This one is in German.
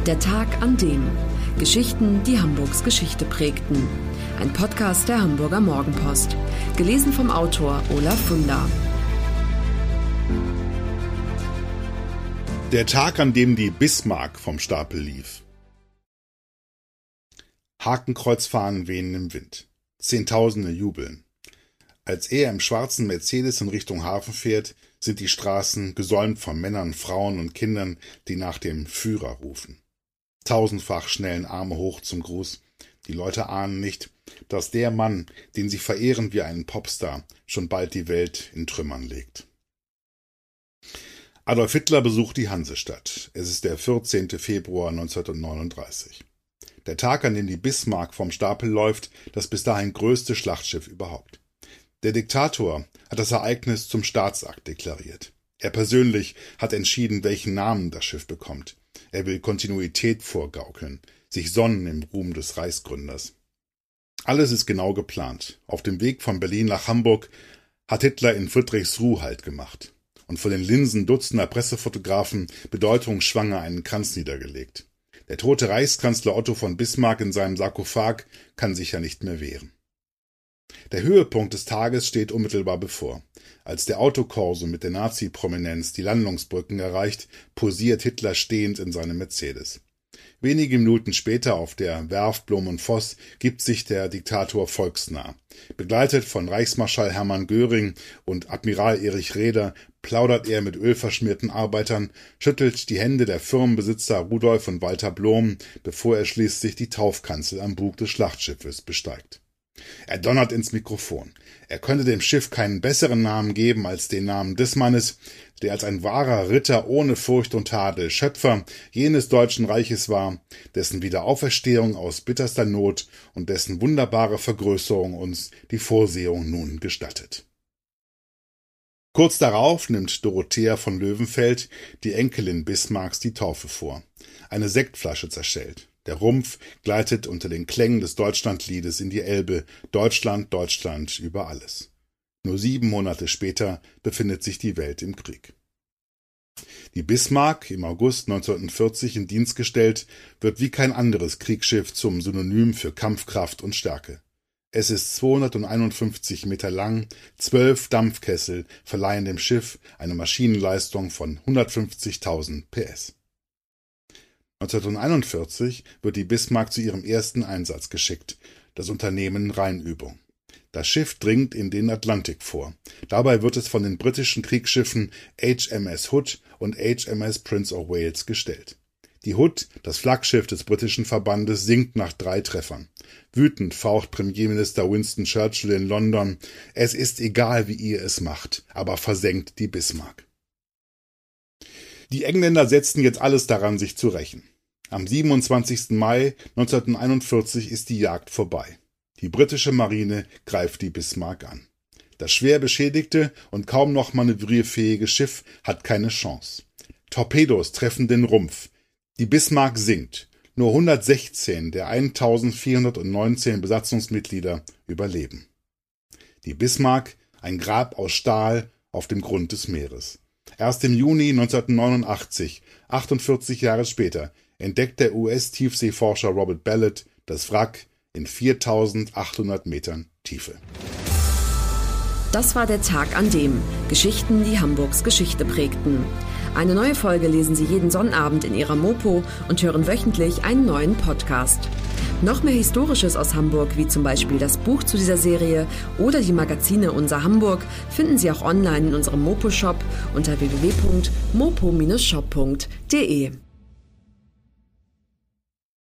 Der Tag an dem. Geschichten, die Hamburgs Geschichte prägten. Ein Podcast der Hamburger Morgenpost. Gelesen vom Autor Olaf Funder. Der Tag, an dem die Bismarck vom Stapel lief. Hakenkreuzfahnen wehen im Wind. Zehntausende jubeln. Als er im schwarzen Mercedes in Richtung Hafen fährt, sind die Straßen gesäumt von Männern, Frauen und Kindern, die nach dem Führer rufen. Tausendfach schnellen Arme hoch zum Gruß. Die Leute ahnen nicht, dass der Mann, den sie verehren wie einen Popstar, schon bald die Welt in Trümmern legt. Adolf Hitler besucht die Hansestadt. Es ist der 14. Februar 1939. Der Tag, an dem die Bismarck vom Stapel läuft, das bis dahin größte Schlachtschiff überhaupt. Der Diktator hat das Ereignis zum Staatsakt deklariert. Er persönlich hat entschieden, welchen Namen das Schiff bekommt. Er will Kontinuität vorgaukeln, sich sonnen im Ruhm des Reichsgründers. Alles ist genau geplant. Auf dem Weg von Berlin nach Hamburg hat Hitler in Friedrichsruh Halt gemacht und vor den Linsen dutzender Pressefotografen bedeutungsschwanger einen Kranz niedergelegt. Der tote Reichskanzler Otto von Bismarck in seinem Sarkophag kann sich ja nicht mehr wehren. Der Höhepunkt des Tages steht unmittelbar bevor. Als der Autokorso mit der Nazi-Prominenz die Landungsbrücken erreicht, posiert Hitler stehend in seinem Mercedes. Wenige Minuten später auf der Werft Blom und Voss gibt sich der Diktator volksnah. Begleitet von Reichsmarschall Hermann Göring und Admiral Erich Raeder plaudert er mit ölverschmierten Arbeitern, schüttelt die Hände der Firmenbesitzer Rudolf und Walter Blom, bevor er schließlich die Taufkanzel am Bug des Schlachtschiffes besteigt. Er donnert ins Mikrofon. Er könnte dem Schiff keinen besseren Namen geben als den Namen des Mannes, der als ein wahrer Ritter ohne Furcht und Tadel Schöpfer jenes Deutschen Reiches war, dessen Wiederauferstehung aus bitterster Not und dessen wunderbare Vergrößerung uns die Vorsehung nun gestattet. Kurz darauf nimmt Dorothea von Löwenfeld, die Enkelin Bismarcks, die Taufe vor. Eine Sektflasche zerschellt. Der Rumpf gleitet unter den Klängen des Deutschlandliedes in die Elbe. Deutschland, Deutschland über alles. Nur 7 Monate später befindet sich die Welt im Krieg. Die Bismarck, im August 1940 in Dienst gestellt, wird wie kein anderes Kriegsschiff zum Synonym für Kampfkraft und Stärke. Es ist 251 Meter lang, 12 Dampfkessel verleihen dem Schiff eine Maschinenleistung von 150.000 PS. 1941 wird die Bismarck zu ihrem ersten Einsatz geschickt, das Unternehmen Rheinübung. Das Schiff dringt in den Atlantik vor. Dabei wird es von den britischen Kriegsschiffen HMS Hood und HMS Prince of Wales gestellt. Die Hood, das Flaggschiff des britischen Verbandes, sinkt nach 3 Treffern. Wütend faucht Premierminister Winston Churchill in London: Es ist egal, wie ihr es macht, aber versenkt die Bismarck. Die Engländer setzten jetzt alles daran, sich zu rächen. Am 27. Mai 1941 ist die Jagd vorbei. Die britische Marine greift die Bismarck an. Das schwer beschädigte und kaum noch manövrierfähige Schiff hat keine Chance. Torpedos treffen den Rumpf. Die Bismarck sinkt. Nur 116 der 1419 Besatzungsmitglieder überleben. Die Bismarck, ein Grab aus Stahl auf dem Grund des Meeres. Erst im Juni 1989, 48 Jahre später, entdeckt der US-Tiefseeforscher Robert Ballard das Wrack in 4.800 Metern Tiefe. Das war der Tag an dem. Geschichten, die Hamburgs Geschichte prägten. Eine neue Folge lesen Sie jeden Sonnabend in Ihrer Mopo und hören wöchentlich einen neuen Podcast. Noch mehr Historisches aus Hamburg, wie zum Beispiel das Buch zu dieser Serie oder die Magazine Unser Hamburg, finden Sie auch online in unserem Mopo-Shop unter www.mopo-shop.de.